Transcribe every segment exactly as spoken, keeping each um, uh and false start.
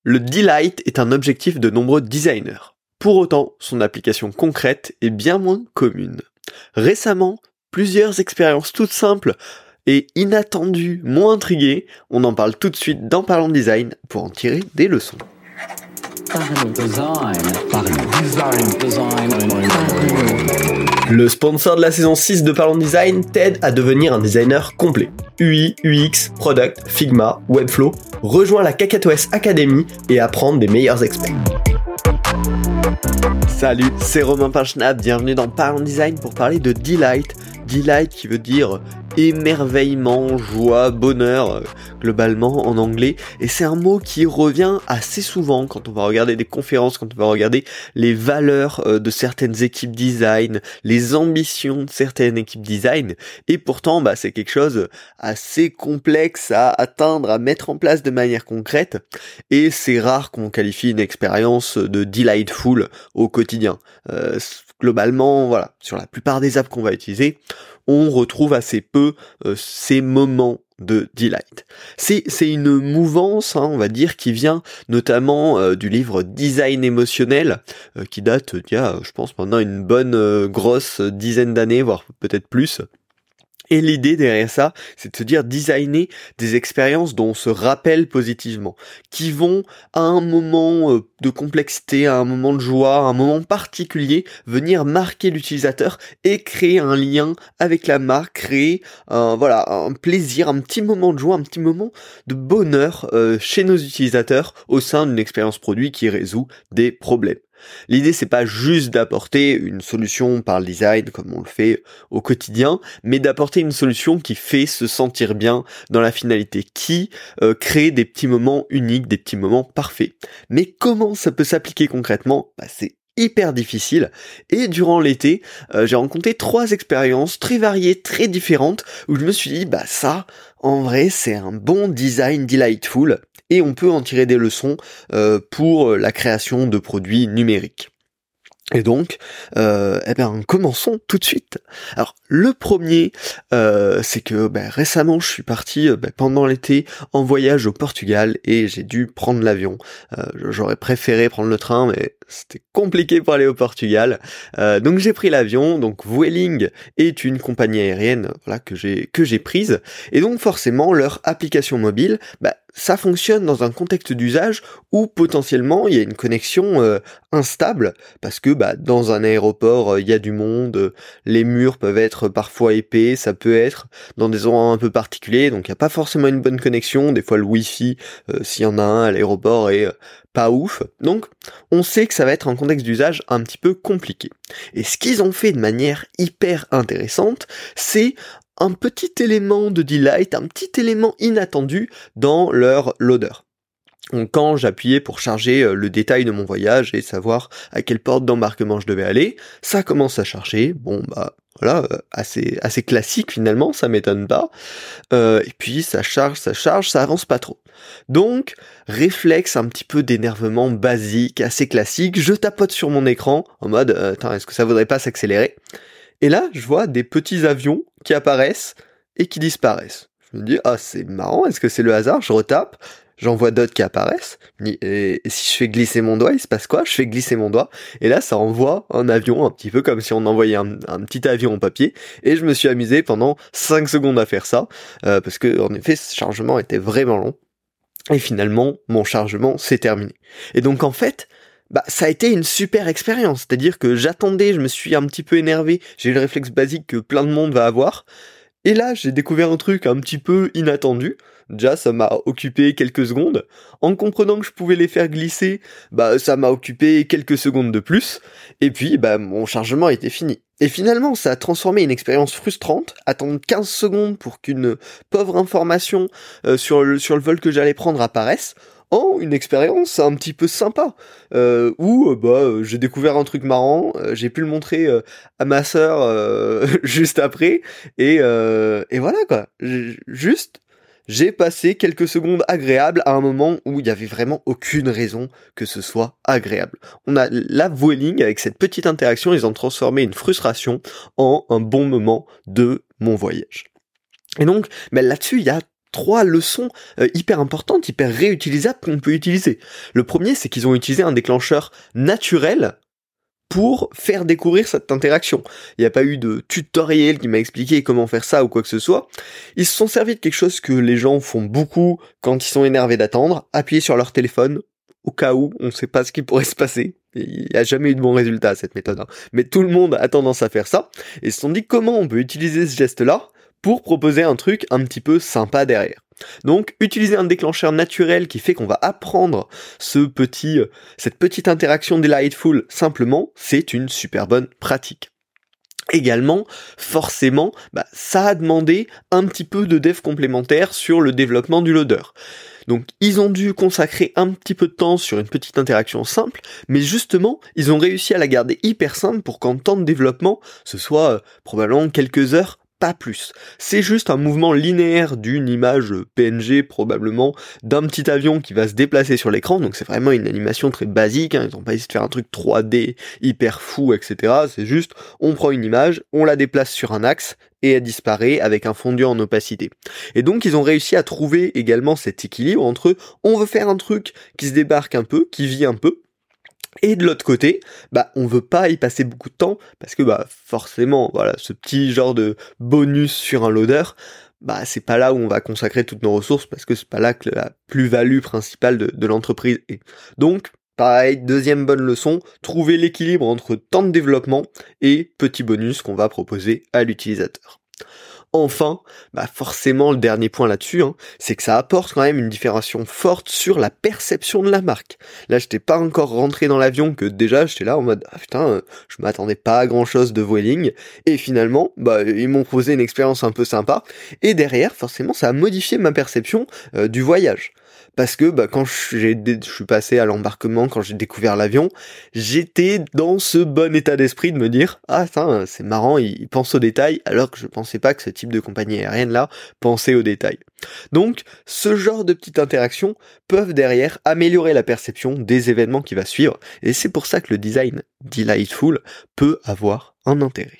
Le delight est un objectif de nombreux designers. Pour autant, son application concrète est bien moins commune. Récemment, plusieurs expériences toutes simples et inattendues m'ont intrigué. On en parle tout de suite dans Parlons Design pour en tirer des leçons. Le sponsor de la saison six de Parlons Design t'aide à devenir un designer complet. U I, U X, Product, Figma, Webflow. Rejoins la KakaoS Academy et apprends des meilleurs experts. Salut, c'est Romain Pinchnapp, bienvenue dans Parlons Design pour parler de Delight. Delight qui veut dire émerveillement, joie, bonheur, euh, globalement en anglais. Et c'est un mot qui revient assez souvent quand on va regarder des conférences, quand on va regarder les valeurs euh, de certaines équipes design, les ambitions de certaines équipes design. Et pourtant, bah, c'est quelque chose assez complexe à atteindre, à mettre en place de manière concrète. Et c'est rare qu'on qualifie une expérience de delightful au quotidien. Euh, globalement, voilà, sur la plupart des apps qu'on va utiliser, on retrouve assez peu euh, ces moments de delight. C'est, c'est une mouvance, hein, on va dire, qui vient notamment euh, du livre Design émotionnel, euh, qui date d'il y a, je pense, maintenant une bonne euh, grosse dizaine d'années, voire peut-être plus. Et l'idée derrière ça, c'est de se dire designer des expériences dont on se rappelle positivement, qui vont à un moment de complexité, à un moment de joie, à un moment particulier, venir marquer l'utilisateur et créer un lien avec la marque, créer un, voilà, un plaisir, un petit moment de joie, un petit moment de bonheur euh, chez nos utilisateurs au sein d'une expérience produit qui résout des problèmes. L'idée, c'est pas juste d'apporter une solution par le design comme on le fait au quotidien, mais d'apporter une solution qui fait se sentir bien dans la finalité, qui euh, crée des petits moments uniques, des petits moments parfaits. Mais comment ça peut s'appliquer concrètement ? Bah, c'est hyper difficile, et durant l'été, euh, j'ai rencontré trois expériences très variées, très différentes, où je me suis dit, bah ça, en vrai, c'est un bon design delightful, et on peut en tirer des leçons euh, pour la création de produits numériques. Et donc, euh, eh bien, commençons tout de suite. Alors, le premier, euh, c'est que ben, récemment, je suis parti ben, pendant l'été en voyage au Portugal et j'ai dû prendre l'avion. Euh, j'aurais préféré prendre le train, mais c'était compliqué pour aller au Portugal. Euh, donc, j'ai pris l'avion. Donc, Vueling est une compagnie aérienne, voilà, que j'ai que j'ai prise. Et donc, forcément, leur application mobile, bah, ça fonctionne dans un contexte d'usage où potentiellement il y a une connexion euh, instable parce que bah, dans un aéroport il euh, y a du monde, euh, les murs peuvent être parfois épais, ça peut être dans des endroits un peu particuliers, donc il n'y a pas forcément une bonne connexion, des fois le wifi euh, s'il y en a un à l'aéroport est euh, pas ouf, donc on sait que ça va être un contexte d'usage un petit peu compliqué. Et ce qu'ils ont fait de manière hyper intéressante, c'est un petit élément de delight, un petit élément inattendu dans leur loader. Donc quand j'appuyais pour charger le détail de mon voyage et savoir à quelle porte d'embarquement je devais aller, ça commence à charger, bon bah voilà, assez, assez classique finalement, ça m'étonne pas, euh, et puis ça charge, ça charge, ça avance pas trop. Donc, réflexe un petit peu d'énervement basique, assez classique, je tapote sur mon écran en mode, euh, attends, est-ce que ça voudrait pas s'accélérer ? Et là, je vois des petits avions qui apparaissent et qui disparaissent. Je me dis, ah, c'est marrant, est-ce que c'est le hasard ? Je retape, j'en vois d'autres qui apparaissent. Et si je fais glisser mon doigt, il se passe quoi ? Je fais glisser mon doigt, et là, ça envoie un avion, un petit peu comme si on envoyait un, un petit avion en papier. Et je me suis amusé pendant cinq secondes à faire ça, euh, parce que, en effet, ce chargement était vraiment long. Et finalement, mon chargement s'est terminé. Et donc, en fait, bah, ça a été une super expérience, c'est-à-dire que j'attendais, je me suis un petit peu énervé, j'ai eu le réflexe basique que plein de monde va avoir, et là, j'ai découvert un truc un petit peu inattendu. Déjà, ça m'a occupé quelques secondes. En comprenant que je pouvais les faire glisser, bah, ça m'a occupé quelques secondes de plus. Et puis, bah, mon chargement était fini. Et finalement, ça a transformé une expérience frustrante, attendre quinze secondes pour qu'une pauvre information euh, sur le, sur le vol que j'allais prendre apparaisse, en une expérience un petit peu sympa, euh, où bah euh, j'ai découvert un truc marrant, euh, j'ai pu le montrer euh, à ma sœur euh, juste après, et, euh, et voilà quoi, J- juste j'ai passé quelques secondes agréables à un moment où il n'y avait vraiment aucune raison que ce soit agréable. On a la Vueling, avec cette petite interaction, ils ont transformé une frustration en un bon moment de mon voyage. Et donc, bah, là-dessus, il y a trois leçons euh, hyper importantes, hyper réutilisables qu'on peut utiliser. Le premier, c'est qu'ils ont utilisé un déclencheur naturel pour faire découvrir cette interaction. Il n'y a pas eu de tutoriel qui m'a expliqué comment faire ça ou quoi que ce soit. Ils se sont servis de quelque chose que les gens font beaucoup quand ils sont énervés d'attendre, appuyer sur leur téléphone, au cas où on ne sait pas ce qui pourrait se passer. Il n'y a jamais eu de bon résultat à cette méthode, hein. Mais tout le monde a tendance à faire ça, et ils se sont dit comment on peut utiliser ce geste-là pour proposer un truc un petit peu sympa derrière. Donc, utiliser un déclencheur naturel qui fait qu'on va apprendre ce petit, euh, cette petite interaction delightful simplement, c'est une super bonne pratique. Également, forcément, bah, ça a demandé un petit peu de dev complémentaire sur le développement du loader. Donc ils ont dû consacrer un petit peu de temps sur une petite interaction simple, mais justement, ils ont réussi à la garder hyper simple pour qu'en temps de développement, ce soit euh, probablement quelques heures, pas plus. C'est juste un mouvement linéaire d'une image P N G probablement d'un petit avion qui va se déplacer sur l'écran, donc c'est vraiment une animation très basique, hein. Ils n'ont pas essayé de faire un truc trois D hyper fou, et cetera. C'est juste, on prend une image, on la déplace sur un axe, et elle disparaît avec un fondu en opacité. Et donc ils ont réussi à trouver également cet équilibre entre on veut faire un truc qui se débarque un peu, qui vit un peu, et de l'autre côté, bah on veut pas y passer beaucoup de temps parce que bah forcément, voilà, ce petit genre de bonus sur un loader, bah c'est pas là où on va consacrer toutes nos ressources parce que c'est pas là que la plus-value principale de, de l'entreprise est. Donc pareil, deuxième bonne leçon, trouver l'équilibre entre temps de développement et petits bonus qu'on va proposer à l'utilisateur. Enfin, bah forcément le dernier point là-dessus, hein, c'est que ça apporte quand même une différenciation forte sur la perception de la marque. Là, j'étais pas encore rentré dans l'avion que déjà j'étais là en mode ah putain, euh, je m'attendais pas à grand chose de Vueling, et finalement, bah ils m'ont proposé une expérience un peu sympa, et derrière, forcément, ça a modifié ma perception euh, du voyage. Parce que bah, quand j'ai, je suis passé à l'embarquement, quand j'ai découvert l'avion, j'étais dans ce bon état d'esprit de me dire « Ah, tain, c'est marrant, il pense aux détails », alors que je pensais pas que ce type de compagnie aérienne-là pensait aux détails. Donc, ce genre de petites interactions peuvent derrière améliorer la perception des événements qui va suivre, et c'est pour ça que le design delightful peut avoir un intérêt.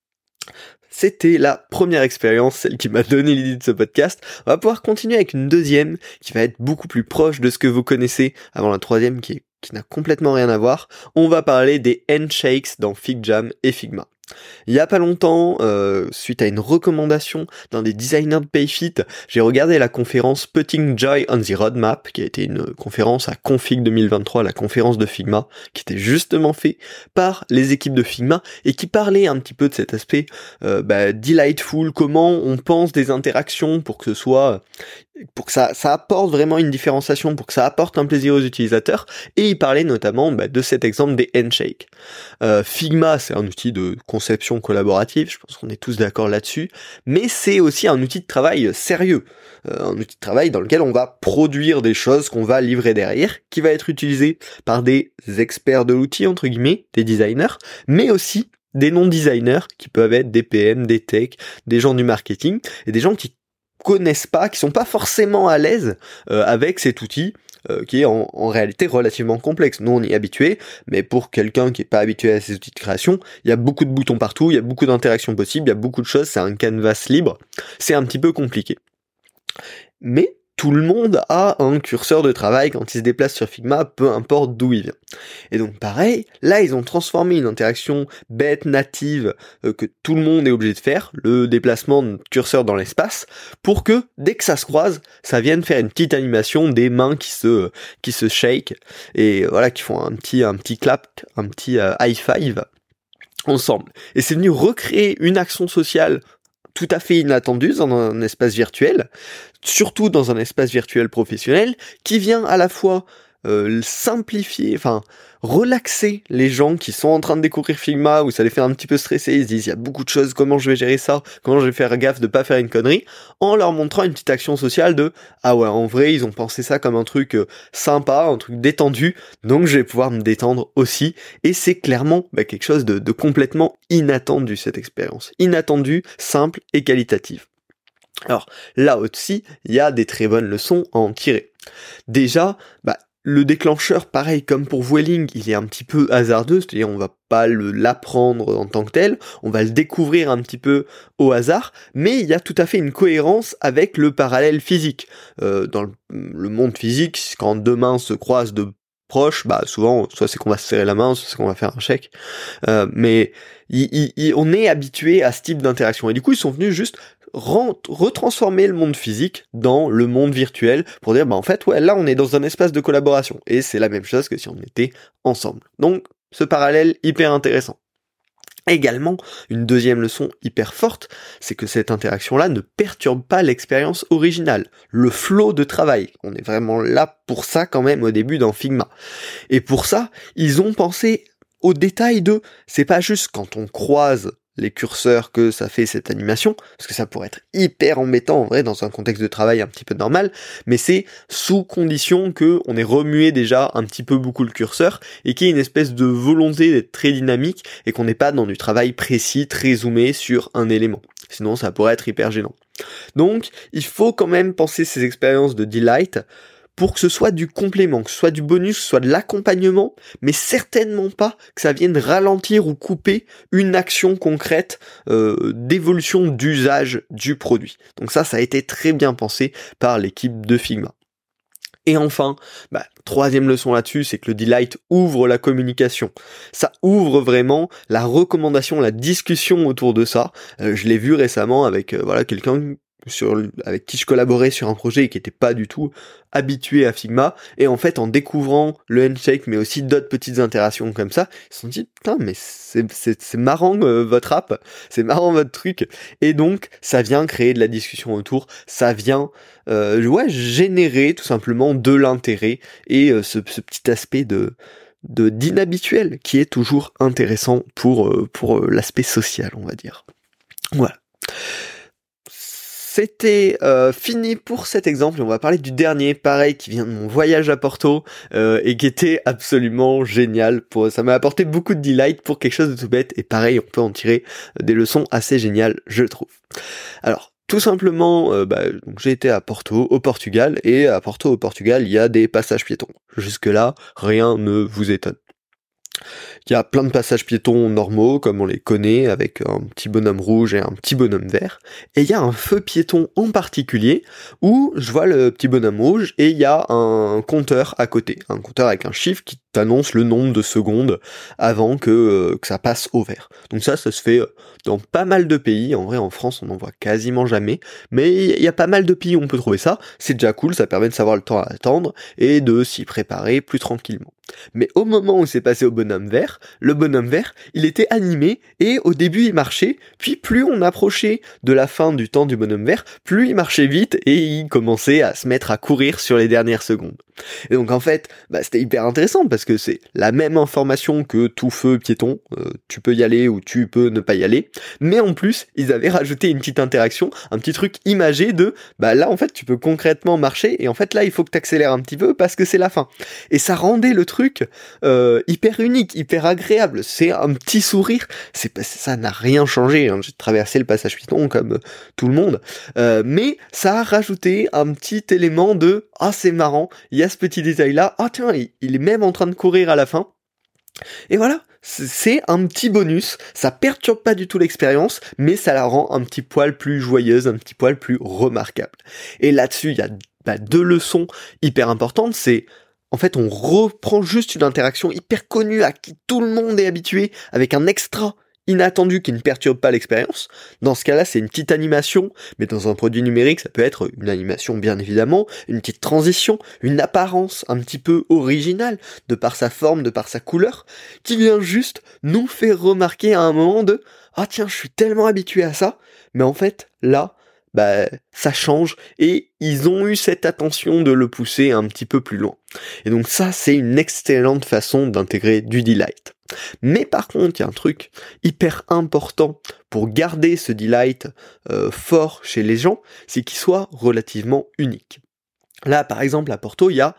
C'était la première expérience, celle qui m'a donné l'idée de ce podcast. On va pouvoir continuer avec une deuxième qui va être beaucoup plus proche de ce que vous connaissez avant la troisième qui, est, qui n'a complètement rien à voir. On va parler des handshakes dans FigJam et Figma. Il y a pas longtemps, euh, suite à une recommandation d'un des designers de Payfit, j'ai regardé la conférence Putting Joy on the Roadmap, qui a été une conférence à Config deux mille vingt-trois, la conférence de Figma, qui était justement fait par les équipes de Figma, et qui parlait un petit peu de cet aspect euh, bah, delightful, comment on pense des interactions pour que ce soit... pour que ça, ça apporte vraiment une différenciation, pour que ça apporte un plaisir aux utilisateurs, et il parlait notamment bah, de cet exemple des handshakes. Euh, Figma, c'est un outil de conception collaborative, je pense qu'on est tous d'accord là-dessus, mais c'est aussi un outil de travail sérieux, euh, un outil de travail dans lequel on va produire des choses qu'on va livrer derrière, qui va être utilisé par des experts de l'outil, entre guillemets, des designers, mais aussi des non-designers, qui peuvent être des P M, des techs, des gens du marketing, et des gens qui connaissent pas, qui sont pas forcément à l'aise euh, avec cet outil euh, qui est en, en réalité relativement complexe. Nous on y est habitué, mais pour quelqu'un qui est pas habitué à ces outils de création, il y a beaucoup de boutons partout, il y a beaucoup d'interactions possibles, il y a beaucoup de choses, c'est un canvas libre, c'est un petit peu compliqué. Mais tout le monde a un curseur de travail quand il se déplace sur Figma, peu importe d'où il vient. Et donc pareil, là ils ont transformé une interaction bête, native, euh, que tout le monde est obligé de faire, le déplacement de curseur dans l'espace, pour que dès que ça se croise, ça vienne faire une petite animation des mains qui se qui se shake, et voilà, qui font un petit un petit clap, un petit euh, high five ensemble. Et c'est venu recréer une action sociale tout à fait inattendue dans un espace virtuel, surtout dans un espace virtuel professionnel, qui vient à la fois euh, simplifier, enfin relaxer les gens qui sont en train de découvrir Figma, où ça les fait un petit peu stresser, ils se disent il y a beaucoup de choses, comment je vais gérer ça, comment je vais faire gaffe de pas faire une connerie, en leur montrant une petite action sociale de ah ouais, en vrai ils ont pensé ça comme un truc euh, sympa, un truc détendu, donc je vais pouvoir me détendre aussi, et c'est clairement bah, quelque chose de, de complètement inattendu, cette expérience, inattendue, simple et qualitative. Alors là aussi, il y a des très bonnes leçons à en tirer. Déjà, bah le déclencheur, pareil, comme pour Vueling, il est un petit peu hasardeux, c'est-à-dire on va pas le, l'apprendre en tant que tel, on va le découvrir un petit peu au hasard, mais il y a tout à fait une cohérence avec le parallèle physique. Euh, dans le, le monde physique, quand deux mains se croisent de proche, bah souvent, soit c'est qu'on va se serrer la main, soit c'est qu'on va faire un chèque, euh, mais il, il, il, on est habitué à ce type d'interaction, et du coup ils sont venus juste retransformer le monde physique dans le monde virtuel pour dire bah en fait ouais là on est dans un espace de collaboration et c'est la même chose que si on était ensemble. Donc ce parallèle hyper intéressant. Également, une deuxième leçon hyper forte, c'est que cette interaction-là ne perturbe pas l'expérience originale, le flow de travail. On est vraiment là pour ça quand même au début dans Figma. Et pour ça, ils ont pensé au détail de, c'est pas juste quand on croise les curseurs que ça fait cette animation, parce que ça pourrait être hyper embêtant en vrai dans un contexte de travail un petit peu normal, mais c'est sous condition que on ait remué déjà un petit peu beaucoup le curseur et qu'il y ait une espèce de volonté d'être très dynamique et qu'on n'est pas dans du travail précis, très zoomé sur un élément. Sinon ça pourrait être hyper gênant. Donc il faut quand même penser ces expériences de delight pour que ce soit du complément, que ce soit du bonus, que ce soit de l'accompagnement, mais certainement pas que ça vienne ralentir ou couper une action concrète euh, d'évolution d'usage du produit. Donc ça, ça a été très bien pensé par l'équipe de Figma. Et enfin, bah, troisième leçon là-dessus, c'est que le Delight ouvre la communication. Ça ouvre vraiment la recommandation, la discussion autour de ça. Euh, je l'ai vu récemment avec euh, voilà quelqu'un sur avec qui je collaborais sur un projet et qui était pas du tout habitué à Figma, et en fait en découvrant le handshake mais aussi d'autres petites interactions comme ça, ils se sont dit putain mais c'est, c'est, c'est marrant euh, votre app, c'est marrant votre truc, et donc ça vient créer de la discussion autour, ça vient euh, ouais, générer tout simplement de l'intérêt et euh, ce, ce petit aspect de de d'inhabituel qui est toujours intéressant pour, euh, pour euh, l'aspect social, on va dire. Voilà. C'était euh, fini pour cet exemple et on va parler du dernier, pareil, qui vient de mon voyage à Porto euh, et qui était absolument génial. Pour, ça m'a apporté beaucoup de delight pour quelque chose de tout bête et pareil, on peut en tirer des leçons assez géniales, je trouve. Alors, tout simplement, euh, bah, donc j'ai été à Porto, au Portugal, et à Porto, au Portugal, il y a des passages piétons. Jusque-là, rien ne vous étonne. Il y a plein de passages piétons normaux, comme on les connaît, avec un petit bonhomme rouge et un petit bonhomme vert. Et il y a un feu piéton en particulier, où je vois le petit bonhomme rouge, et il y a un compteur à côté. Un compteur avec un chiffre qui t'annonce le nombre de secondes avant que, euh, que ça passe au vert. Donc ça, ça se fait dans pas mal de pays. En vrai, en France, on n'en voit quasiment jamais. Mais il y a pas mal de pays où on peut trouver ça. C'est déjà cool, ça permet de savoir le temps à attendre, et de s'y préparer plus tranquillement. Mais au moment où c'est passé au bonhomme vert, le bonhomme vert, il était animé et au début il marchait, puis plus on approchait de la fin du temps du bonhomme vert, plus il marchait vite et il commençait à se mettre à courir sur les dernières secondes. Et donc en fait, bah, c'était hyper intéressant parce que c'est la même information que tout feu piéton, euh, tu peux y aller ou tu peux ne pas y aller, mais en plus ils avaient rajouté une petite interaction, un petit truc imagé de, bah là en fait tu peux concrètement marcher et en fait là il faut que tu accélères un petit peu parce que c'est la fin. Et ça rendait le truc euh, hyper unique, hyper agréable, c'est un petit sourire, c'est ça n'a rien changé, hein. J'ai traversé le passage piéton comme euh, tout le monde, euh, mais ça a rajouté un petit élément de « Ah c'est marrant, il y a ce petit détail là, ah tiens, il, il est même en train de courir à la fin ». Et voilà, c'est un petit bonus, ça perturbe pas du tout l'expérience, mais ça la rend un petit poil plus joyeuse, un petit poil plus remarquable. Et là-dessus, il y a bah, deux leçons hyper importantes, c'est en fait on reprend juste une interaction hyper connue à qui tout le monde est habitué, avec un extra inattendu qui ne perturbe pas l'expérience. Dans ce cas-là, c'est une petite animation, mais dans un produit numérique, ça peut être une animation bien évidemment, une petite transition, une apparence un petit peu originale, de par sa forme, de par sa couleur, qui vient juste nous faire remarquer à un moment de « Ah tiens, je suis tellement habitué à ça », mais en fait, là, bah, ça change, et ils ont eu cette attention de le pousser un petit peu plus loin. Et donc ça, c'est une excellente façon d'intégrer du delight. Mais par contre, il y a un truc hyper important pour garder ce delight euh, fort chez les gens, c'est qu'il soit relativement unique. Là, par exemple, à Porto, il y a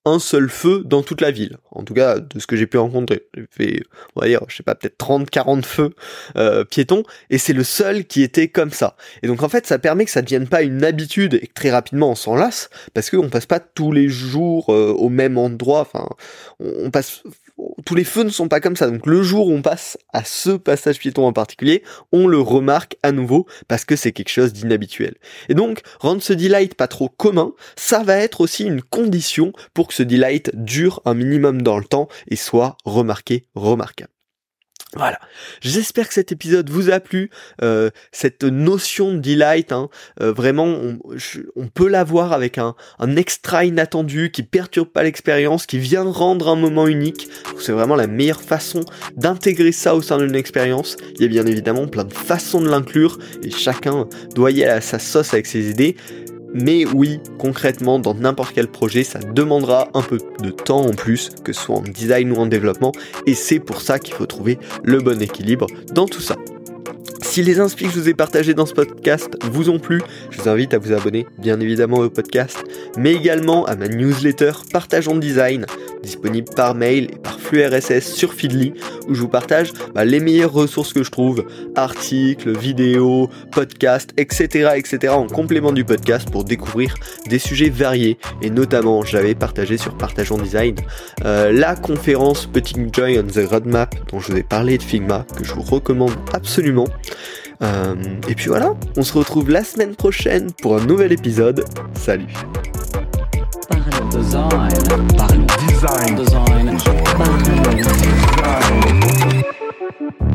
un seul feu dans toute la ville. En tout cas, de ce que j'ai pu rencontrer. J'ai fait, on va dire, je sais pas, peut-être trente quarante feux euh, piétons, et c'est le seul qui était comme ça. Et donc en fait, ça permet que ça devienne pas une habitude et que très rapidement on s'en lasse, parce qu'on passe pas tous les jours euh, au même endroit, enfin, on, on passe... Tous les feux ne sont pas comme ça, donc le jour où on passe à ce passage piéton en particulier, on le remarque à nouveau parce que c'est quelque chose d'inhabituel. Et donc, rendre ce delight pas trop commun, ça va être aussi une condition pour que ce delight dure un minimum dans le temps et soit remarqué, remarquable. Voilà, j'espère que cet épisode vous a plu, euh, cette notion de delight, hein, euh, vraiment, on, je, on peut l'avoir avec un, un extra inattendu qui perturbe pas l'expérience, qui vient rendre un moment unique. C'est vraiment la meilleure façon d'intégrer ça au sein d'une expérience. Il y a bien évidemment plein de façons de l'inclure, et chacun doit y aller à sa sauce avec ses idées. Mais oui, concrètement, dans n'importe quel projet, ça demandera un peu de temps en plus, que ce soit en design ou en développement, et c'est pour ça qu'il faut trouver le bon équilibre dans tout ça. Si les inspi que je vous ai partagés dans ce podcast vous ont plu, je vous invite à vous abonner bien évidemment au podcast, mais également à ma newsletter Partageons Design, disponible par mail et par flux R S S sur Feedly, où je vous partage bah, les meilleures ressources que je trouve, articles, vidéos, podcasts, et cetera, et cetera en complément du podcast pour découvrir des sujets variés. Et notamment, j'avais partagé sur Partageons Design euh, la conférence Putting Joy on the Roadmap dont je vous ai parlé de Figma, que je vous recommande absolument. Euh, et puis voilà, on se retrouve la semaine prochaine pour un nouvel épisode. Salut. Parlons design, parlons design, design, parlons design.